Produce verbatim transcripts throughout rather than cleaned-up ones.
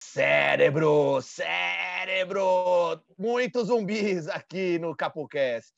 Cérebro, cérebro! Muitos zumbis aqui no CapoCast.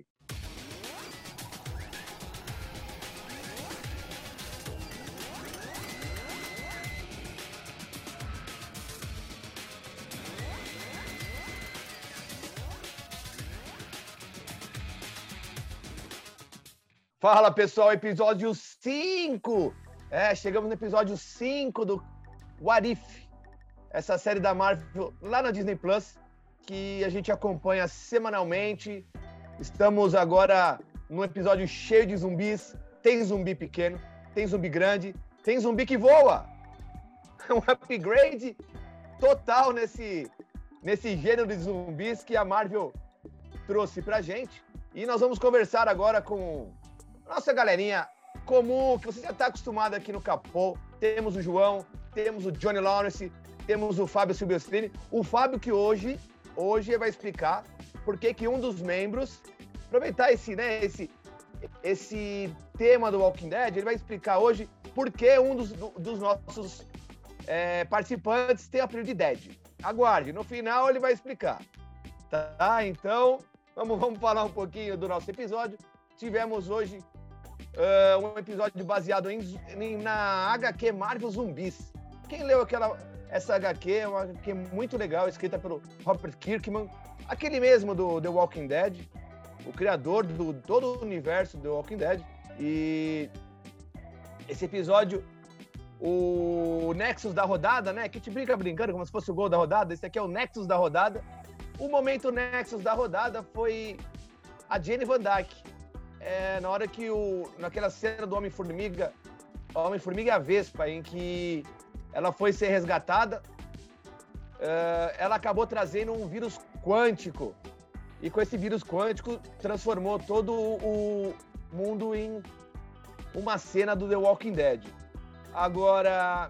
Fala, pessoal, episódio cinco. É, chegamos no episódio cinco do What If, essa série da Marvel lá na Disney Plus, que a gente acompanha semanalmente. Estamos agora num episódio cheio de zumbis. Tem zumbi pequeno, tem zumbi grande, tem zumbi que voa. Um upgrade total nesse, nesse gênero de zumbis que a Marvel trouxe pra gente. E nós vamos conversar agora com nossa galerinha comum, que você já está acostumado aqui no Capô. Temos o João, temos o Johnny Lawrence, temos o Fábio Silvestrini. O Fábio que hoje, hoje vai explicar por que que um dos membros, aproveitar esse, né, esse, esse tema do Walking Dead, ele vai explicar hoje por que um dos, dos nossos é, participantes tem o apelido de Dead. Aguarde, no final ele vai explicar. Tá? Então, vamos, vamos falar um pouquinho do nosso episódio. Tivemos hoje uh, um episódio baseado em, em, na H Q Marvel Zumbis. Quem leu aquela, essa H Q é uma H Q muito legal, escrita pelo Robert Kirkman, aquele mesmo do The Walking Dead, o criador de todo o universo do The Walking Dead. E esse episódio, o Nexus da rodada, né? Que te brinca brincando como se fosse o gol da rodada. Esse aqui é o Nexus da rodada. O momento Nexus da rodada foi a Jane Van Dyke. É, na hora que o... naquela cena do Homem-Formiga, Homem-Formiga e a Vespa, em que ela foi ser resgatada, uh, ela acabou trazendo um vírus quântico. E com esse vírus quântico, transformou todo o mundo em uma cena do The Walking Dead. Agora,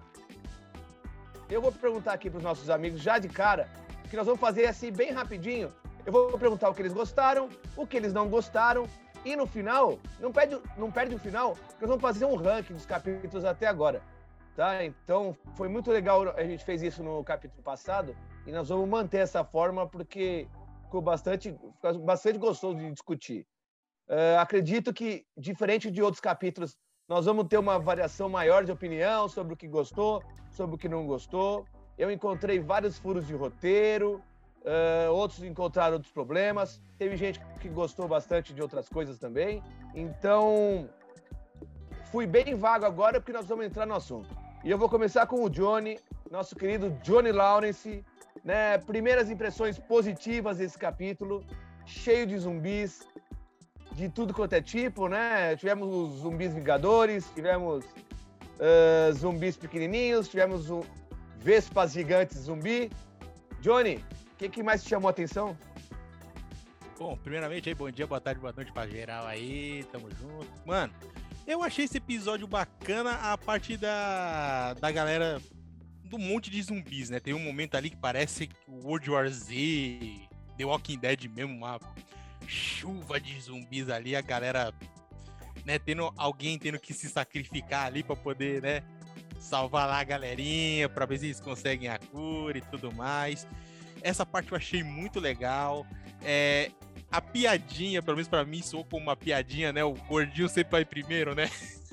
eu vou perguntar aqui para os nossos amigos, já de cara, que nós vamos fazer assim, bem rapidinho. Eu vou perguntar o que eles gostaram, o que eles não gostaram. E no final, não perde, não perde o final, nós vamos fazer um ranking dos capítulos até agora, tá? Então, foi muito legal, a gente fez isso no capítulo passado, e nós vamos manter essa forma, porque ficou bastante, ficou bastante gostoso de discutir. Uh, acredito que, diferente de outros capítulos, nós vamos ter uma variação maior de opinião sobre o que gostou, sobre o que não gostou. Eu encontrei vários furos de roteiro, Uh, outros encontraram outros problemas, teve gente que gostou bastante de outras coisas também, então fui bem vago agora porque nós vamos entrar no assunto. E eu vou começar com o Johnny, nosso querido Johnny Lawrence, né? Primeiras impressões positivas desse capítulo, cheio de zumbis, de tudo quanto é tipo, né? Tivemos os zumbis vingadores, tivemos uh, zumbis pequenininhos, tivemos um vespas gigantes zumbi. Johnny, o que, que mais te chamou a atenção? Bom, primeiramente aí, bom dia, boa tarde, boa noite pra geral aí, tamo junto. Mano, eu achei esse episódio bacana a parte da, da galera do monte de zumbis, né? Tem um momento ali que parece World War Z, The Walking Dead mesmo, uma chuva de zumbis ali, a galera, né, tendo alguém tendo que se sacrificar ali pra poder, né, salvar lá a galerinha, pra ver se eles conseguem a cura e tudo mais. Essa parte eu achei muito legal. É, a piadinha, pelo menos pra mim, soou como uma piadinha, né? O gordinho sempre vai primeiro, né?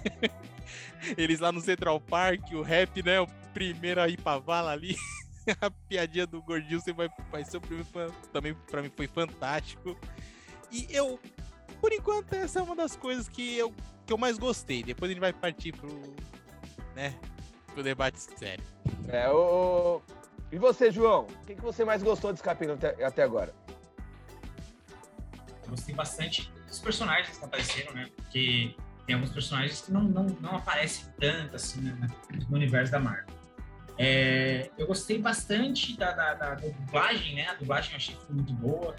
Eles lá no Central Park, o rap, né? O primeiro a ir pra vala ali. A piadinha do gordinho sempre vai, vai ser o primeiro. Também pra mim foi fantástico. E eu, por enquanto, essa é uma das coisas que eu, que eu mais gostei. Depois a gente vai partir pro, né, pro debate sério. É, o... E você, João? O que, que você mais gostou desse capítulo até, até agora? Eu gostei bastante dos personagens que apareceram, né? Porque tem alguns personagens que não, não, não aparecem tanto assim, né, no universo da Marvel. É, eu gostei bastante da, da, da, da dublagem, né? A dublagem eu achei que foi muito boa.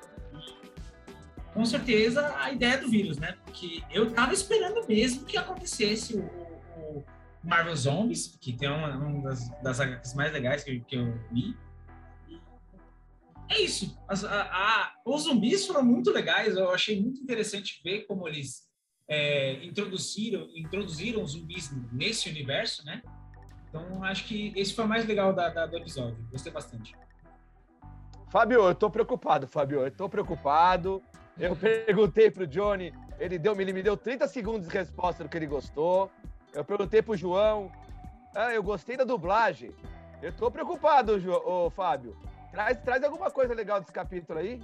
E, com certeza, a ideia do vírus, né? Porque eu tava esperando mesmo que acontecesse o, o Marvel Zombies, que tem uma, uma das, das H Qs mais legais que, que eu li. É isso. As, a, a, os zumbis foram muito legais. Eu achei muito interessante ver como eles é, introduziram, introduziram zumbis nesse universo, né? Então, acho que esse foi o mais legal da, da, do episódio. Gostei bastante. Fábio, eu tô preocupado, Fábio. Eu tô preocupado. Eu perguntei pro Johnny, ele, deu, ele me deu trinta segundos de resposta do que ele gostou. Eu perguntei pro João, ah, eu gostei da dublagem. Eu tô preocupado, Jo- ô, Fábio. Traz, traz alguma coisa legal desse capítulo aí.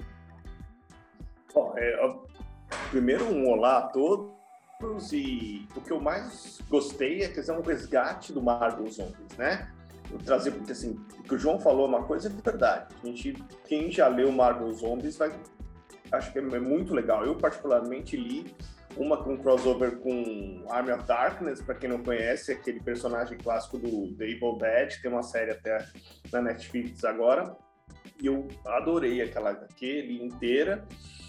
Bom, é, ó, primeiro, um olá a todos. E o que eu mais gostei é que é um resgate do Marvel Zombies, né? Eu trazer, porque assim, o que o João falou é uma coisa é verdade. A gente, quem já leu Marvel Zombies vai. Acho que é muito legal. Eu, particularmente, li uma com crossover com Army of Darkness, para quem não conhece, aquele personagem clássico do The Evil Dead, tem uma série até na Netflix agora, e eu adorei aquela aquele inteira,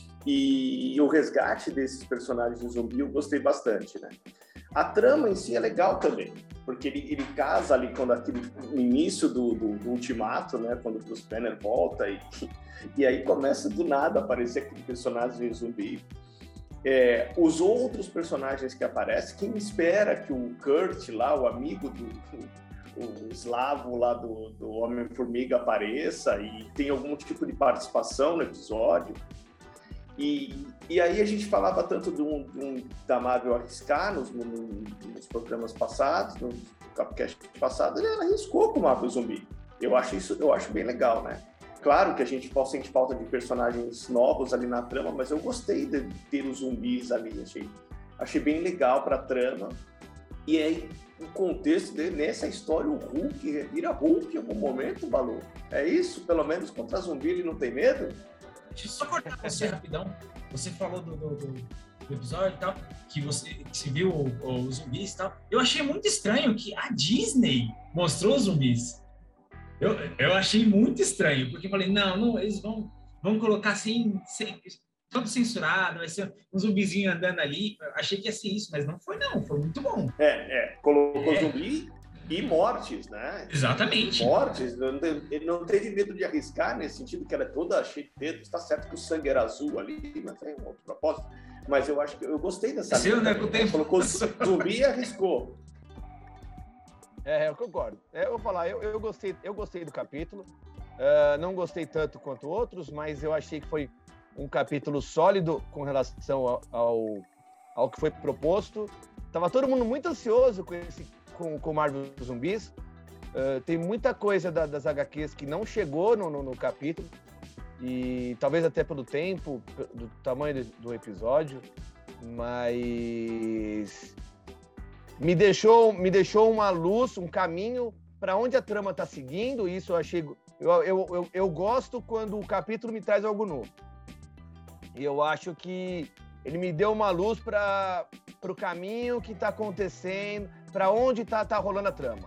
e o resgate desses personagens de zumbi eu gostei bastante, né? A trama em si é legal também, porque ele, ele casa ali quando aquele, no início do, do, do Ultimato, né? Quando o Bruce Banner volta e, e aí começa do nada a aparecer aquele personagem de zumbi. É, os outros personagens que aparecem, quem espera que o Kurt lá, o amigo do o eslavo lá do, do Homem-Formiga apareça e tem algum tipo de participação no episódio. E, e aí a gente falava tanto de um, de um, da Marvel arriscar nos, nos programas passados, no Capcast passado, ele arriscou com o Marvel Zumbi. Eu acho isso, eu acho bem legal, né? Claro que a gente pode sentir falta de personagens novos ali na trama, mas eu gostei de ter os zumbis ali, achei, achei bem legal para a trama. E aí, o contexto dele, nessa história, o Hulk vira Hulk em algum momento, Balu. É isso? Pelo menos contra zumbi ele não tem medo? Deixa eu só cortar você rapidão. Você falou do, do, do episódio e tal, que você que se viu os zumbis e tal. Eu achei muito estranho que a Disney mostrou os zumbis. Eu, eu achei muito estranho, porque eu falei, não, não eles vão, vão colocar sem, sem, todo censurado, vai ser um zumbizinho andando ali. Eu achei que ia ser isso, mas não foi não, foi muito bom. É, é colocou É. zumbi e mortes, né? Exatamente. Mortes, ele não teve medo de arriscar nesse sentido que ela é toda cheia de dedos. Está certo que o sangue era azul ali, mas tem um outro propósito. Mas eu acho que eu gostei dessa. Seu, né, com o tempo. Colocou zumbi e arriscou. É, eu concordo. É, eu vou falar, eu, eu, gostei, eu gostei do capítulo. Uh, não gostei tanto quanto outros, mas eu achei que foi um capítulo sólido com relação ao, ao, ao que foi proposto. Tava todo mundo muito ansioso com esse com, com Marvel Zumbis. Uh, tem muita coisa da, das agá quês que não chegou no, no, no capítulo, e talvez até pelo tempo, do tamanho do, do episódio, mas me deixou, me deixou uma luz, um caminho para onde a trama está seguindo. Isso eu achei. Eu, eu, eu, eu gosto quando o capítulo me traz algo novo. E eu acho que ele me deu uma luz para o caminho que está acontecendo, para onde está tá rolando a trama.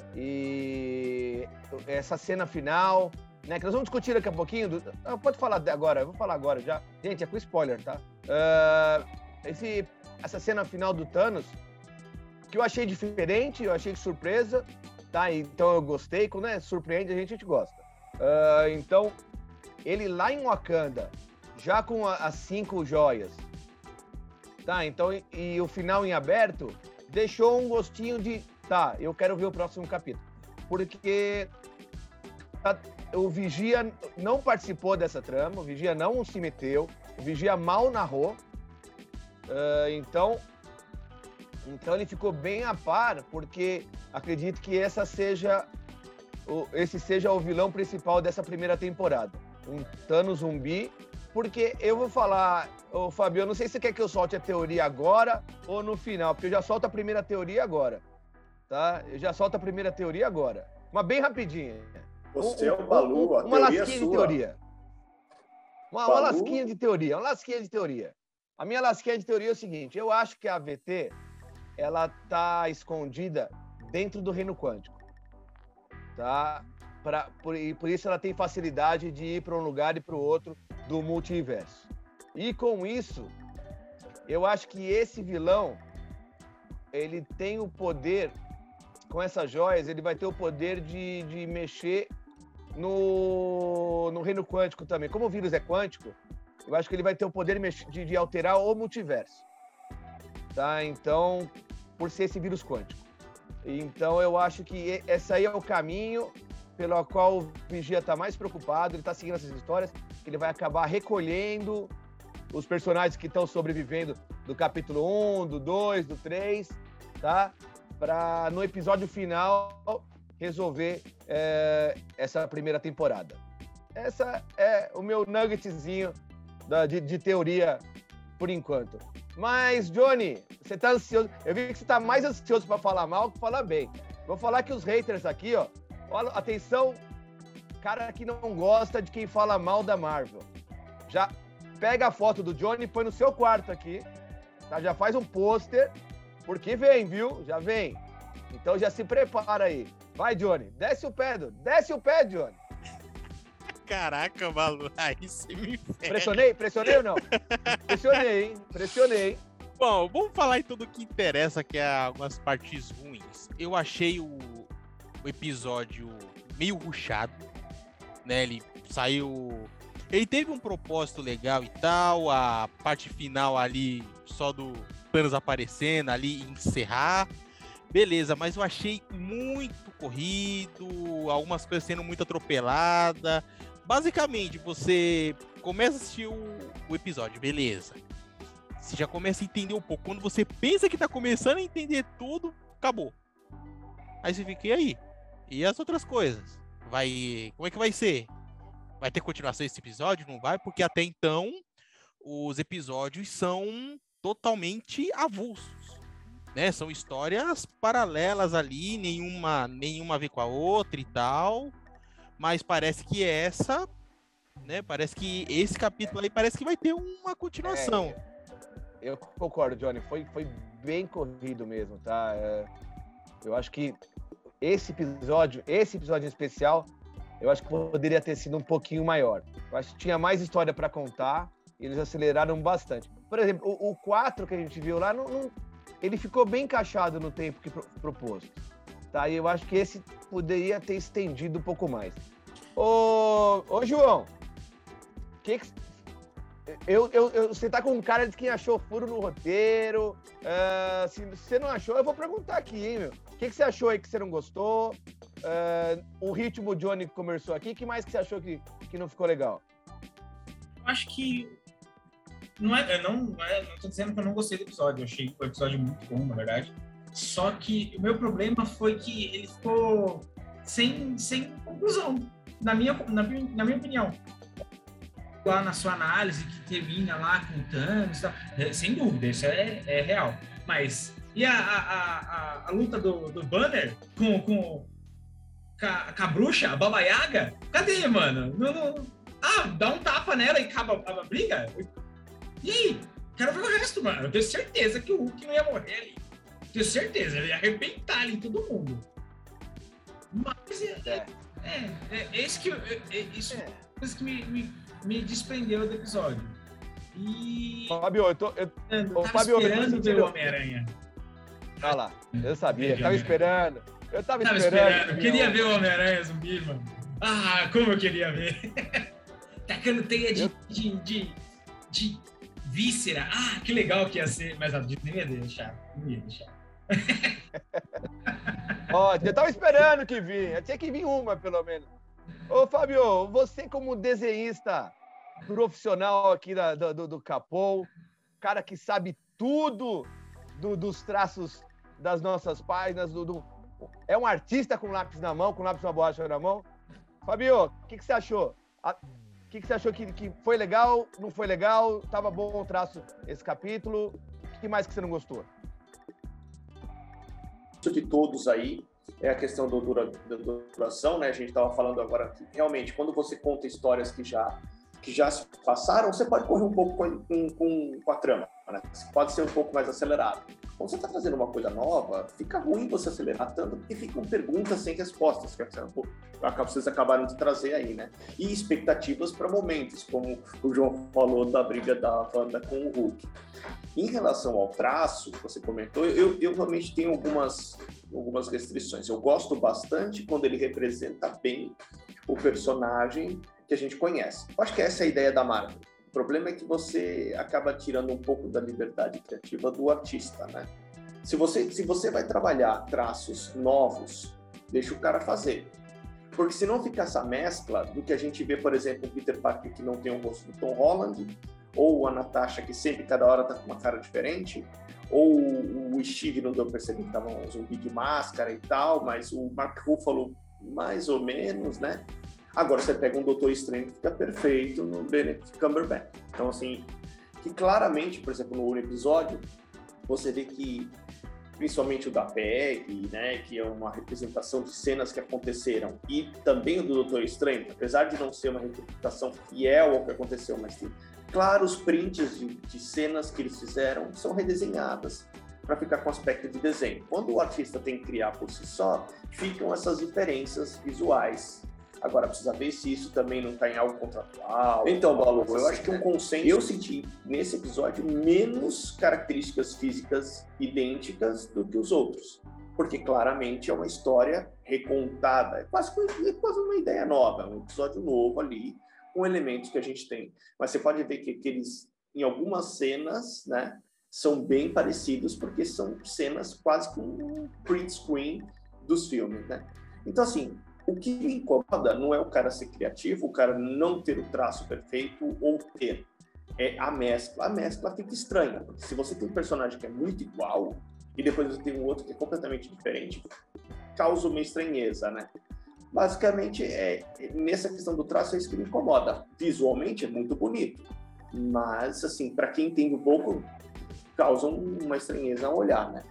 E essa cena final, né, que nós vamos discutir daqui a pouquinho. Do, ah, pode falar agora, eu vou falar agora já. Gente, é com spoiler, tá? Uh, esse, essa cena final do Thanos, que eu achei diferente, eu achei surpresa, tá? Então eu gostei. Quando é surpreende, a gente, a gente gosta. Uh, então, ele lá em Wakanda, já com a, as cinco joias, tá? Então, e, e o final em aberto, deixou um gostinho de, tá, eu quero ver o próximo capítulo. Porque a, o Vigia não participou dessa trama, o Vigia não se meteu, o Vigia mal narrou, uh, então... Então ele ficou bem a par, porque acredito que essa seja o, esse seja o vilão principal dessa primeira temporada. Um Thanos zumbi, porque eu vou falar, ô Fabio, eu não sei se você quer que eu solte a teoria agora ou no final, porque eu já solto a primeira teoria agora, tá? Eu já solto a primeira teoria agora. Uma bem rapidinha. Você um, é o Balu, um, a uma teoria lasquinha é sua. de teoria. Uma, uma Balu. lasquinha de teoria, uma lasquinha de teoria. A minha lasquinha de teoria é o seguinte, eu acho que a A V T... ela tá escondida dentro do reino quântico, tá? Pra, por, e por isso ela tem facilidade de ir para um lugar e para o outro do multiverso. E com isso, eu acho que esse vilão, ele tem o poder, com essas joias, ele vai ter o poder de, de mexer no, no reino quântico também. Como o vírus é quântico, eu acho que ele vai ter o poder de, de alterar o multiverso. Tá? Então, por ser esse vírus quântico. Então eu acho que esse aí é o caminho pelo qual o Vigia está mais preocupado, ele está seguindo essas histórias, que ele vai acabar recolhendo os personagens que estão sobrevivendo do capítulo um, do dois, do três, tá? Para no episódio final resolver é, essa primeira temporada. Essa é o meu nuggetzinho da, de, de teoria por enquanto. Mas, Johnny, você tá ansioso. Eu vi que você tá mais ansioso para falar mal que falar bem. Vou falar que os haters aqui, ó. Olha, atenção, cara que não gosta de quem fala mal da Marvel. Já pega a foto do Johnny e põe no seu quarto aqui. Tá? Já faz um pôster, porque vem, viu? Já vem. Então já se prepara aí. Vai, Johnny. Desce o pé, do... desce o pé, Johnny. Caraca, Malu, aí você me ferra. Pressionei? Pressionei ou não? Pressionei, hein? Pressionei. Bom, vamos falar então do que interessa, que é algumas partes ruins. Eu achei o, o episódio meio rushado, né? Ele saiu... Ele teve um propósito legal e tal, a parte final ali, só do Thanos aparecendo ali, encerrar. Beleza, mas eu achei muito corrido, algumas coisas sendo muito atropeladas. Basicamente, você começa a assistir o, o episódio, beleza. Você já começa a entender um pouco. Quando você pensa que tá começando a entender tudo, acabou. Aí você fica, e aí? E as outras coisas? Vai... Como é que vai ser? Vai ter continuação esse episódio? Não vai? Porque até então, os episódios são totalmente avulsos, né? São histórias paralelas ali, nenhuma, nenhuma a ver com a outra e tal. Mas parece que essa, né? Parece que esse capítulo aí parece que vai ter uma continuação. É, eu concordo, Johnny. Foi, foi bem corrido mesmo, tá? É, eu acho que esse episódio, esse episódio em especial, eu acho que poderia ter sido um pouquinho maior. Eu acho que tinha mais história para contar e eles aceleraram bastante. Por exemplo, o, o quatro que a gente viu lá, não, não, ele ficou bem encaixado no tempo que pro, proposto. Tá? E eu acho que esse poderia ter estendido um pouco mais. Ô, ô João, que que, eu, eu, eu, você tá com um cara de quem achou furo no roteiro. Uh, se você não achou, eu vou perguntar aqui, hein, meu. O que, que você achou aí que você não gostou? Uh, o ritmo o Johnny conversou aqui. O que mais que você achou que, que não ficou legal? Eu acho que... Não é, eu não, não, é, não tô dizendo que eu não gostei do episódio. Eu achei o episódio muito bom, na verdade. Só que o meu problema foi que ele ficou sem, sem conclusão, na minha, na, na minha opinião. Lá na sua análise, que termina lá com o Thanos, tá? Sem dúvida, isso é, é real. Mas, e a, a, a, a luta do, do Banner com, com, com, a, com a bruxa, a Baba Yaga? Cadê, mano? Não, não... Ah, dá um tapa nela e acaba a, a briga? E aí? Quero ver o resto, mano. Eu tenho certeza que o Hulk não ia morrer ali. Tenho certeza, ele ia arrebentar ali todo mundo. Mas é, é, é, é, é isso que, é, é, isso, é. isso que me, me, me desprendeu do episódio. E... Fábio, eu tô... Eu, eu ô, tava Fábio, esperando ver o Homem-Aranha. Olha lá, eu sabia, eu tava esperando. Eu tava, tava esperando. esperando. Eu queria ver o Homem-Aranha zumbi, mano. Ah, como eu queria ver. Tacando teia de, eu... de, de, de víscera. Ah, que legal que ia ser. Mas a Disney não ia deixar. Não ia deixar. Ó, eu tava esperando que vinha. Tinha que vir uma, pelo menos. Ô, Fábio, você como desenhista profissional aqui da, do, do Capô, cara que sabe tudo do, dos traços das nossas páginas, do, do, é um artista com lápis na mão, com lápis na borracha na mão. Fábio, o que, que você achou? O que, que você achou que, que foi legal, não foi legal? Tava bom o traço esse capítulo? O que mais que você não gostou? De todos aí é a questão do dura, da duração, né? A gente estava falando agora que realmente quando você conta histórias que já que já se passaram, você pode correr um pouco com, com, com a trama, né? Você pode ser um pouco mais acelerado. Quando você está trazendo uma coisa nova, fica ruim você acelerar tanto, porque ficam perguntas sem respostas, que vocês acabaram de trazer aí, né? E expectativas para momentos, como o João falou da briga da Wanda com o Hulk. Em relação ao traço, que você comentou, eu, eu realmente tenho algumas, algumas restrições. Eu gosto bastante quando ele representa bem o personagem que a gente conhece. Eu acho que essa é a ideia da Marvel. O problema é que você acaba tirando um pouco da liberdade criativa do artista, né? Se você, se você vai trabalhar traços novos, deixa o cara fazer. Porque senão fica essa mescla do que a gente vê, por exemplo, o Peter Parker que não tem o rosto do Tom Holland, ou a Natasha que sempre, cada hora, tá com uma cara diferente, ou o Steve não deu pra perceber que tava um zumbi de máscara e tal, mas o Mark Ruffalo mais ou menos, né? Agora você pega um Doutor Estranho que fica perfeito no Benedict Cumberbatch. Então, assim, que claramente, por exemplo, no episódio, você vê que, principalmente o da Peggy, né, que é uma representação de cenas que aconteceram, e também o do Doutor Estranho, apesar de não ser uma representação fiel ao que aconteceu, mas tem claros prints de, de cenas que eles fizeram, são redesenhadas para ficar com aspecto de desenho. Quando o artista tem que criar por si só, ficam essas diferenças visuais. Agora, precisa ver se isso também não está em algo contratual. Então, Balu, eu acho que um consenso... Eu senti, nesse episódio, menos características físicas idênticas do que os outros. Porque, claramente, é uma história recontada. É quase, é quase uma ideia nova, um episódio novo ali, com elementos que a gente tem. Mas você pode ver que, que eles, em algumas cenas, né, são bem parecidos, porque são cenas quase com um print screen dos filmes, né? Então, assim... O que me incomoda não é o cara ser criativo, o cara não ter o traço perfeito ou ter. É a mescla. A mescla fica estranha, porque se você tem um personagem que é muito igual e depois você tem um outro que é completamente diferente, causa uma estranheza, né? Basicamente, é, nessa questão do traço é isso que me incomoda. Visualmente é muito bonito, mas, assim, para quem entende um pouco, causa uma estranheza ao olhar, né?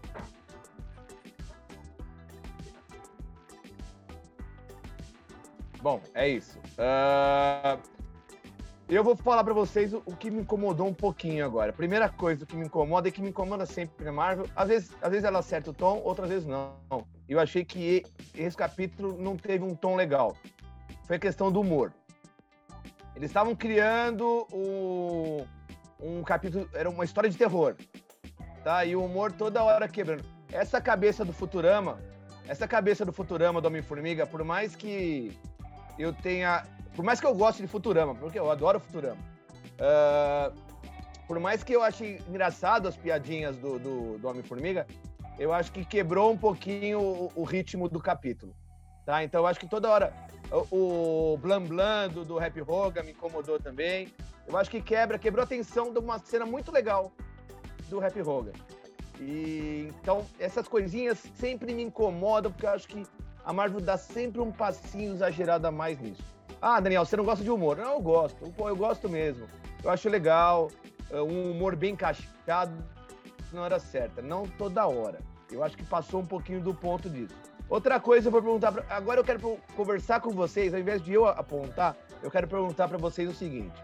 Bom, é isso. Uh, eu vou falar para vocês o, o que me incomodou um pouquinho agora. Primeira coisa que me incomoda e que me incomoda sempre na Marvel, às vezes, às vezes ela acerta o tom, outras vezes não. Eu achei que esse capítulo não teve um tom legal. Foi a questão do humor. Eles estavam criando um, um capítulo, era uma história de terror, tá? E o humor toda hora quebrando. Essa cabeça do Futurama, essa cabeça do Futurama, do Homem-Formiga, por mais que eu tenha... Por mais que eu goste de Futurama, porque eu adoro Futurama. Uh, por mais que eu ache engraçado as piadinhas do, do, do Homem-Formiga, eu acho que quebrou um pouquinho o, o ritmo do capítulo. Tá? Então eu acho que toda hora o, o Blam Blam do, do Happy Hogan me incomodou também. Eu acho que quebra, quebrou a tensão de uma cena muito legal do Happy Hogan. E, então essas coisinhas sempre me incomodam, porque eu acho que a Marvel dá sempre um passinho exagerado a mais nisso. Ah, Daniel, você não gosta de humor? Não, eu gosto. Pô, eu gosto mesmo. Eu acho legal. Um humor bem encaixado na hora certa. Não toda hora. Eu acho que passou um pouquinho do ponto disso. Outra coisa, eu vou perguntar... Pra... Agora eu quero conversar com vocês. Ao invés de eu apontar, eu quero perguntar para vocês o seguinte.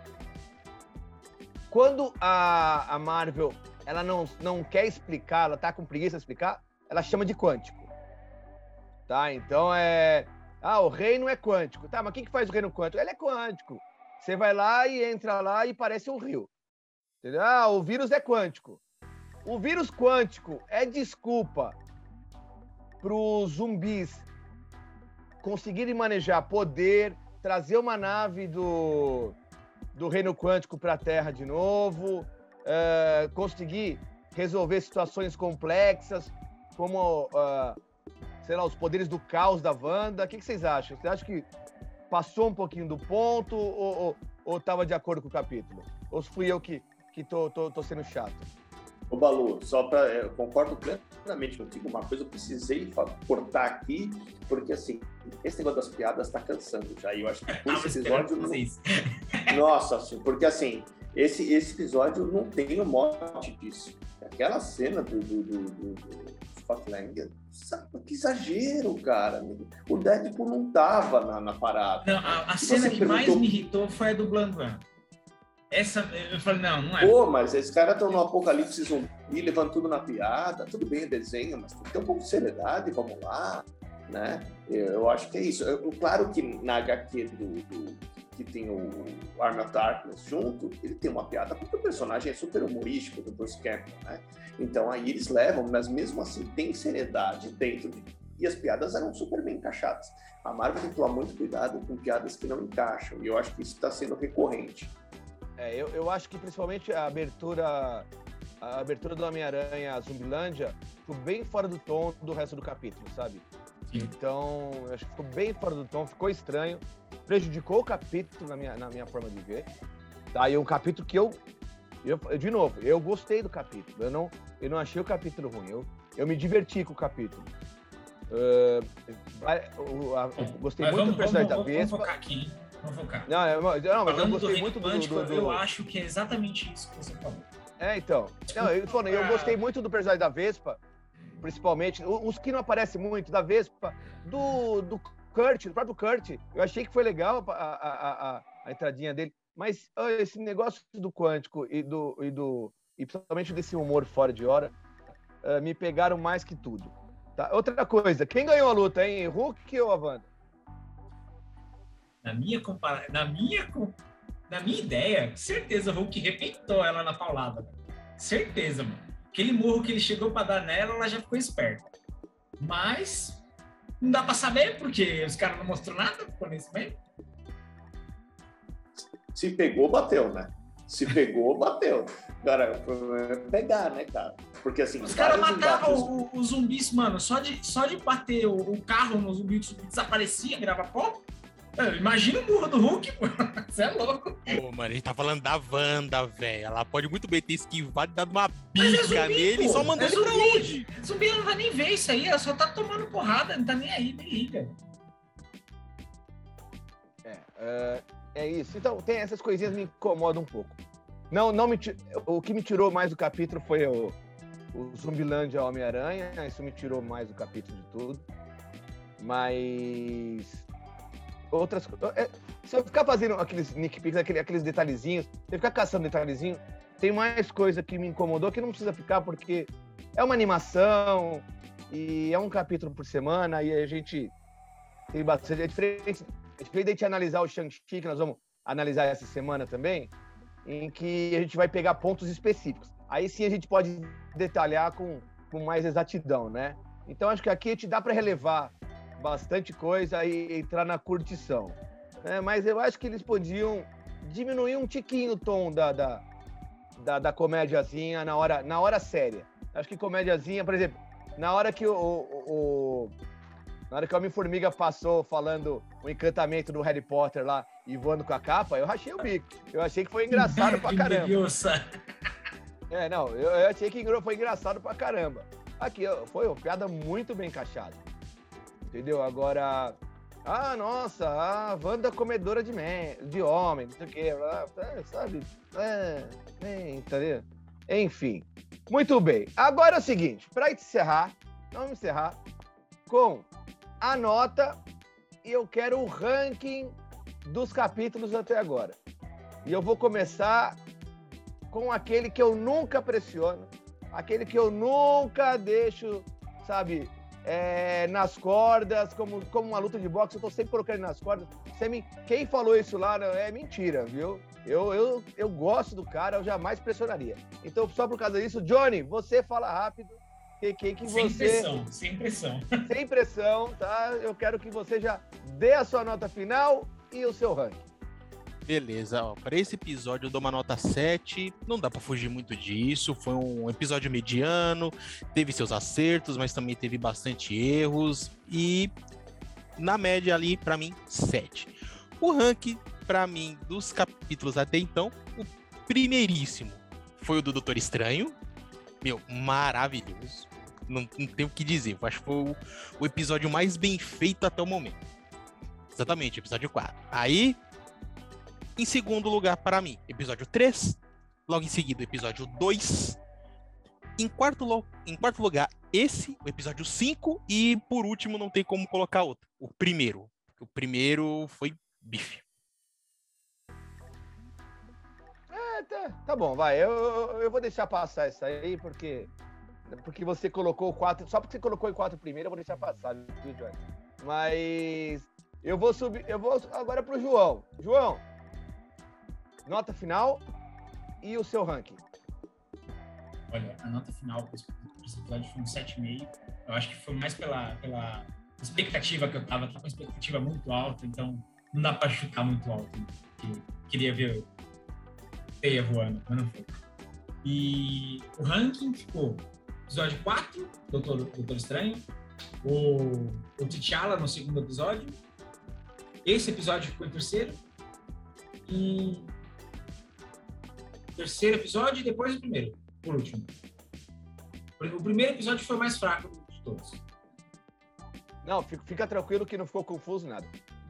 Quando a, a Marvel ela não, não quer explicar, ela tá com preguiça de explicar, ela chama de quântico. Tá, então é... Ah, o reino é quântico. Tá, mas o que que faz o reino quântico? Ele é quântico. Você vai lá e entra lá e parece um rio. Entendeu? Ah, o vírus é quântico. O vírus quântico é desculpa para os zumbis conseguirem manejar poder, trazer uma nave do, do reino quântico para a Terra de novo, uh, conseguir resolver situações complexas, como... Uh, sei lá, os poderes do caos da Wanda. O que, que vocês acham? Você acha que passou um pouquinho do ponto ou, ou, ou tava de acordo com o capítulo? Ou fui eu que, que tô, tô, tô sendo chato? Ô, Balu, só para... Eu concordo plenamente contigo. Uma coisa eu precisei cortar aqui, porque, assim, esse negócio das piadas tá cansando já. E eu acho que por esse episódio... Não... Nossa, assim, porque, assim, esse, esse episódio não tem o mote disso. Aquela cena do... do, do, do, do... que exagero, cara. O Deadpool não tava na, na parada. Não, a, a cena que perguntou... mais me irritou foi a do Blam Blam. Essa, eu falei, não, não é. Pô, mas esses caras estão no apocalipse zumbi, levando tudo na piada. Tudo bem, desenho, mas tem que ter um pouco de seriedade, vamos lá, né? Eu, eu acho que é isso. Eu, claro que na H Q do, do, que tem o Army of Darkness junto, ele tem uma piada, porque o personagem é super humorístico do Bruce Campbell, né? Então aí eles levam, mas mesmo assim tem seriedade dentro de... E as piadas eram super bem encaixadas. A Marvel tem que tomar muito cuidado com piadas que não encaixam, e eu acho que isso está sendo recorrente. É, eu, eu acho que principalmente a abertura a abertura do Homem-Aranha Zumbilândia ficou bem fora do tom do resto do capítulo, sabe? Sim. Então, eu acho que ficou bem fora do tom, ficou estranho, prejudicou o capítulo na minha, na minha forma de ver. Tá, e um capítulo que eu, eu, de novo, eu gostei do capítulo, eu não, eu não achei o capítulo ruim, eu, eu me diverti com o capítulo. Uh, eu, eu, eu gostei mas muito vamos, do personagem vamos, da Vespa. Vamos focar aqui, hein? Vamos focar. Não, eu, não mas eu gostei do muito do, Quântico, do, do, do... Eu acho que é exatamente isso que você falou. É, então. Não, eu, falando, eu gostei muito do personagem da Vespa, principalmente, os que não aparecem muito, da Vespa, do, do Kurt, do próprio Kurt. Eu achei que foi legal a, a, a, a entradinha dele, mas ó, esse negócio do Quântico e do, e do e principalmente desse humor fora de hora, uh, me pegaram mais que tudo. Tá? Outra coisa, quem ganhou a luta, hein? Hulk ou a Wanda? Na minha compara... na minha na minha ideia, certeza o Hulk arrebentou ela na paulada. Certeza, mano. Aquele morro que ele chegou pra dar nela, ela já ficou esperta. Mas não dá pra saber, porque os caras não mostrou nada, ficou nesse meio. Se pegou, bateu, né? Se pegou, bateu. Cara, pegar, né, cara? Porque assim... Os caras matavam embates... os zumbis, mano. Só de, só de bater o, o carro no zumbi, o zumbi desaparecia, virava pó. Imagina o burro do Hulk, pô. Você é louco. Pô, mano, a gente tá falando da Wanda, velho. Ela pode muito bem ter esquivado e dado uma Mas bica é zumbi, nele e pô. só mandou É ele pra zumbi. onde? Zumbi não vai nem ver isso aí, ela só tá tomando porrada, não tá nem aí, nem liga. É, é, é isso. Então, tem essas coisinhas que me incomodam um pouco. Não, não me, o que me tirou mais do capítulo foi o, o Zumbilândia Homem-Aranha, isso me tirou mais do capítulo de tudo. Mas... outras é, se eu ficar fazendo aqueles sneak peeks, aqueles, aqueles detalhezinhos, se eu ficar caçando detalhezinho, tem mais coisa que me incomodou que não precisa ficar, porque é uma animação e é um capítulo por semana e a gente tem bastante... É diferente, é diferente de a gente analisar o Shang-Chi, que nós vamos analisar essa semana também, em que a gente vai pegar pontos específicos. Aí sim a gente pode detalhar com, com mais exatidão, né? Então acho que aqui a gente dá para relevar bastante coisa e entrar na curtição. É, mas eu acho que eles podiam diminuir um tiquinho o tom da, da, da, da comédiazinha na hora, na hora séria. Acho que comédiazinha, por exemplo, na hora que o, o, o na hora que o Homem-Formiga passou falando o encantamento do Harry Potter lá e voando com a capa, eu rachei o bico. Eu achei que foi engraçado pra caramba. É, não, eu, eu achei que foi engraçado pra caramba. Aqui, foi uma piada muito bem encaixada. Entendeu? Agora, ah, nossa, a Wanda comedora de, me... de homem, não sei o quê, é, sabe? É, é, entendeu? Enfim, muito bem. Agora é o seguinte, para encerrar, vamos encerrar com a nota e eu quero o ranking dos capítulos até agora. E eu vou começar com aquele que eu nunca pressiono, aquele que eu nunca deixo, sabe... É, nas cordas, como, como uma luta de boxe, eu tô sempre colocando ele nas cordas. Você me, quem falou isso lá é mentira, viu? Eu, eu, eu gosto do cara, eu jamais pressionaria. Então, só por causa disso, Johnny, você fala rápido. Que, que, que sem você, pressão, sem pressão. Sem pressão, tá? Eu quero que você já dê a sua nota final e o seu ranking. Beleza, ó, para esse episódio eu dou uma nota sete, não dá para fugir muito disso, foi um episódio mediano, teve seus acertos, mas também teve bastante erros, e na média ali, para mim, sete. O ranking, para mim, dos capítulos até então, o primeiríssimo foi o do Doutor Estranho, meu, maravilhoso, não, não tenho o que dizer, eu acho que foi o, o episódio mais bem feito até o momento. Exatamente, episódio quatro. Aí... Em segundo lugar, para mim, episódio três. Logo em seguida, episódio dois. Em quarto, lo... em quarto lugar, esse, o episódio cinco. E, por último, não tem como colocar outro. O primeiro. O primeiro foi bife. É, tá, tá bom, vai. Eu, eu vou deixar passar isso aí, porque, porque você colocou o quatro... Só porque você colocou em quatro primeiro, eu vou deixar passar, viu, Johnny? Mas eu vou subir... Eu vou agora pro João. João, nota final e o seu ranking. Olha, a nota final para esse episódio foi um sete vírgula cinco. Eu acho que foi mais pela, pela expectativa que eu tava. Tava com uma expectativa muito alta, então não dá para chutar muito alto. Né? Queria ver o Teia voando, mas não foi. E o ranking ficou episódio quatro, Doutor, Doutor Estranho, o, o T'Challa no segundo episódio, esse episódio ficou em terceiro, e terceiro episódio e depois o primeiro, por último. O primeiro episódio foi o mais fraco de todos. Não, fica, fica tranquilo que não ficou confuso nada.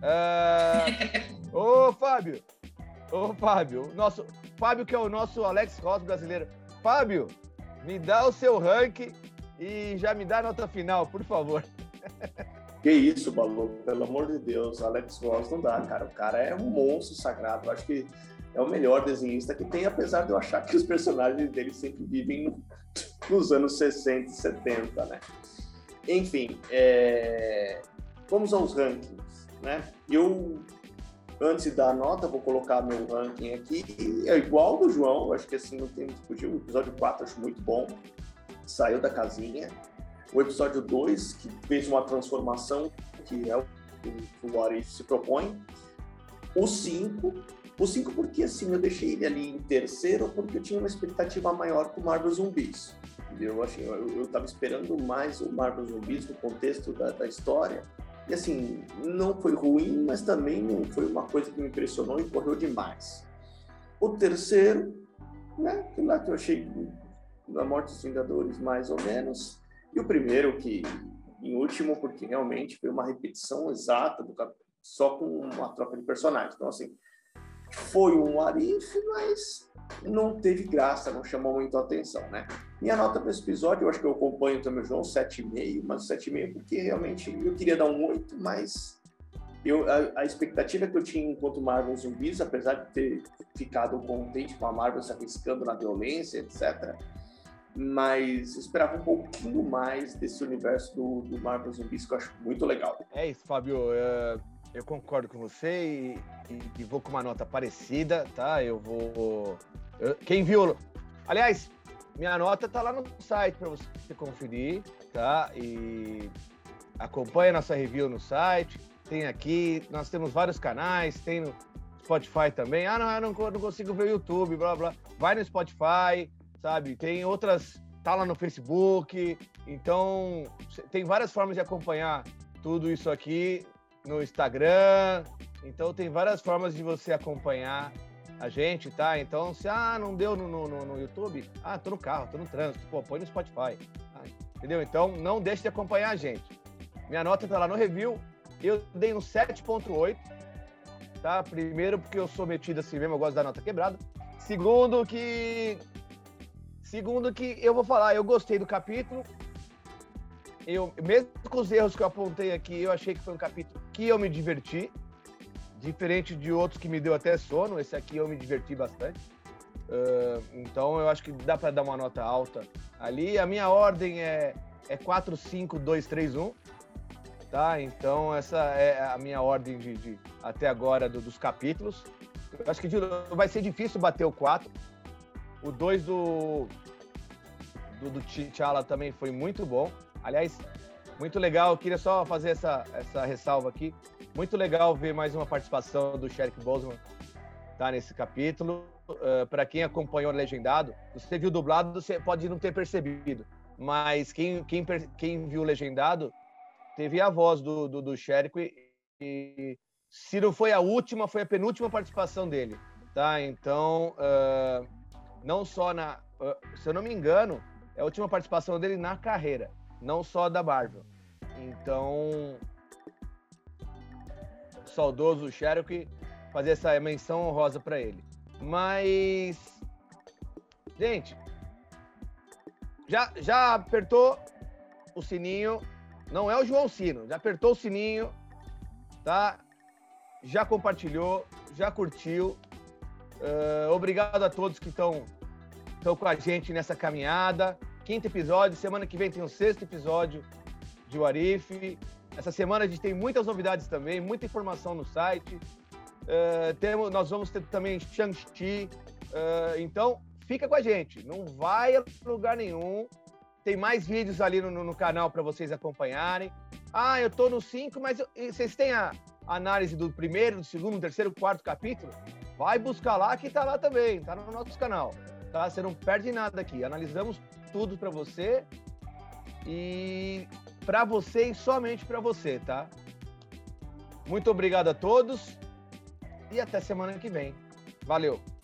Uh... Ô, Fábio! Ô, Fábio! Nosso... Fábio, que é o nosso Alex Ross brasileiro. Fábio, me dá o seu ranking e já me dá a nota final, por favor. Que isso, Balu, pelo amor de Deus, Alex Ross não dá, cara. O cara é um monstro sagrado. Eu acho que é o melhor desenhista que tem, apesar de eu achar que os personagens dele sempre vivem no, nos anos sessenta e setenta, né? Enfim, é... vamos aos rankings, né? Eu, antes de dar a nota, vou colocar meu ranking aqui. É igual do João, eu acho que assim, não tem muito fugir. O episódio quatro eu acho muito bom. Saiu da casinha. O episódio dois, que fez uma transformação, que é o que o What If se propõe. O cinco... O cinco porque, assim, eu deixei ele ali em terceiro porque eu tinha uma expectativa maior com o Marvel Zumbis. Eu, assim, eu, eu tava esperando mais o Marvel Zumbis no contexto da, da história. E, assim, não foi ruim, mas também não foi uma coisa que me impressionou e correu demais. O terceiro, né, que lá que eu achei na Morte dos Vingadores, mais ou menos. E o primeiro, que, em último, porque realmente foi uma repetição exata, do, só com uma troca de personagens. Então, assim, foi um What If, mas não teve graça, não chamou muito a atenção, né? Minha nota para esse episódio, eu acho que eu acompanho também o João, sete vírgula cinco, mas sete vírgula cinco porque realmente eu queria dar um oito, mas eu, a, a expectativa que eu tinha enquanto Marvel Zumbis, apesar de ter ficado contente com a Marvel se arriscando na violência, etcétera, mas eu esperava um pouquinho mais desse universo do, do Marvel Zumbis, que eu acho muito legal. É isso, Fábio. Uh, eu concordo com você e, e, e vou com uma nota parecida, tá? Eu vou... Eu, quem viu... Aliás, minha nota tá lá no site para você conferir, tá? E acompanha nossa review no site. Tem aqui, nós temos vários canais, tem no Spotify também. Ah, não, eu não, não consigo ver o YouTube, blá, blá. Vai no Spotify, sabe? Tem outras... Tá lá no Facebook. Então, tem várias formas de acompanhar tudo isso aqui no Instagram. Então, tem várias formas de você acompanhar a gente, tá? Então, se ah, não deu no, no, no YouTube, ah, tô no carro, tô no trânsito, pô, põe no Spotify. Ah, entendeu? Então, não deixe de acompanhar a gente. Minha nota tá lá no review. Eu dei no sete ponto oito, tá? Primeiro, porque eu sou metido assim mesmo, eu gosto da nota quebrada. Segundo, que... Segundo, que eu vou falar, eu gostei do capítulo. Eu, mesmo com os erros que eu apontei aqui, eu achei que foi um capítulo que eu me diverti. Diferente de outros que me deu até sono, esse aqui eu me diverti bastante. Uh, então, eu acho que dá para dar uma nota alta ali. A minha ordem é, é quatro, cinco, dois, três, um. Tá? Então, essa é a minha ordem de, de até agora do, dos capítulos. Eu acho que vai ser difícil bater o quatro. O dois do, do, do T'Challa também foi muito bom. Aliás, muito legal. Eu queria só fazer essa, essa ressalva aqui. Muito legal ver mais uma participação do Chadwick Boseman, tá, nesse capítulo. Uh, para quem acompanhou o legendado, você viu dublado, você pode não ter percebido. Mas quem, quem, quem viu o legendado, teve a voz do, do, do Chadwick. E se não foi a última, foi a penúltima participação dele. Tá? Então, uh, não só na... Uh, se eu não me engano, é a última participação dele na carreira. Não só da Marvel. Então... saudoso Chadwick, fazer essa menção honrosa para ele. Mas, gente, já, já apertou o sininho, não é o João Sino, já apertou o sininho, tá? Já compartilhou, já curtiu. Uh, obrigado a todos que estão com a gente nessa caminhada. Quinto episódio, semana que vem tem um sexto episódio de What If. Essa semana a gente tem muitas novidades também, muita informação no site. Uh, temos, nós vamos ter também Shang-Chi. Uh, então, fica com a gente. Não vai a lugar nenhum. Tem mais vídeos ali no, no canal para vocês acompanharem. Ah, eu tô no cinco, mas eu, vocês têm a análise do primeiro, do segundo, do terceiro, quarto capítulo? Vai buscar lá, que tá lá também. Tá no nosso canal. tá? Você não perde nada aqui. Analisamos tudo para você e para você e somente para você, tá? Muito obrigado a todos e até semana que vem. Valeu!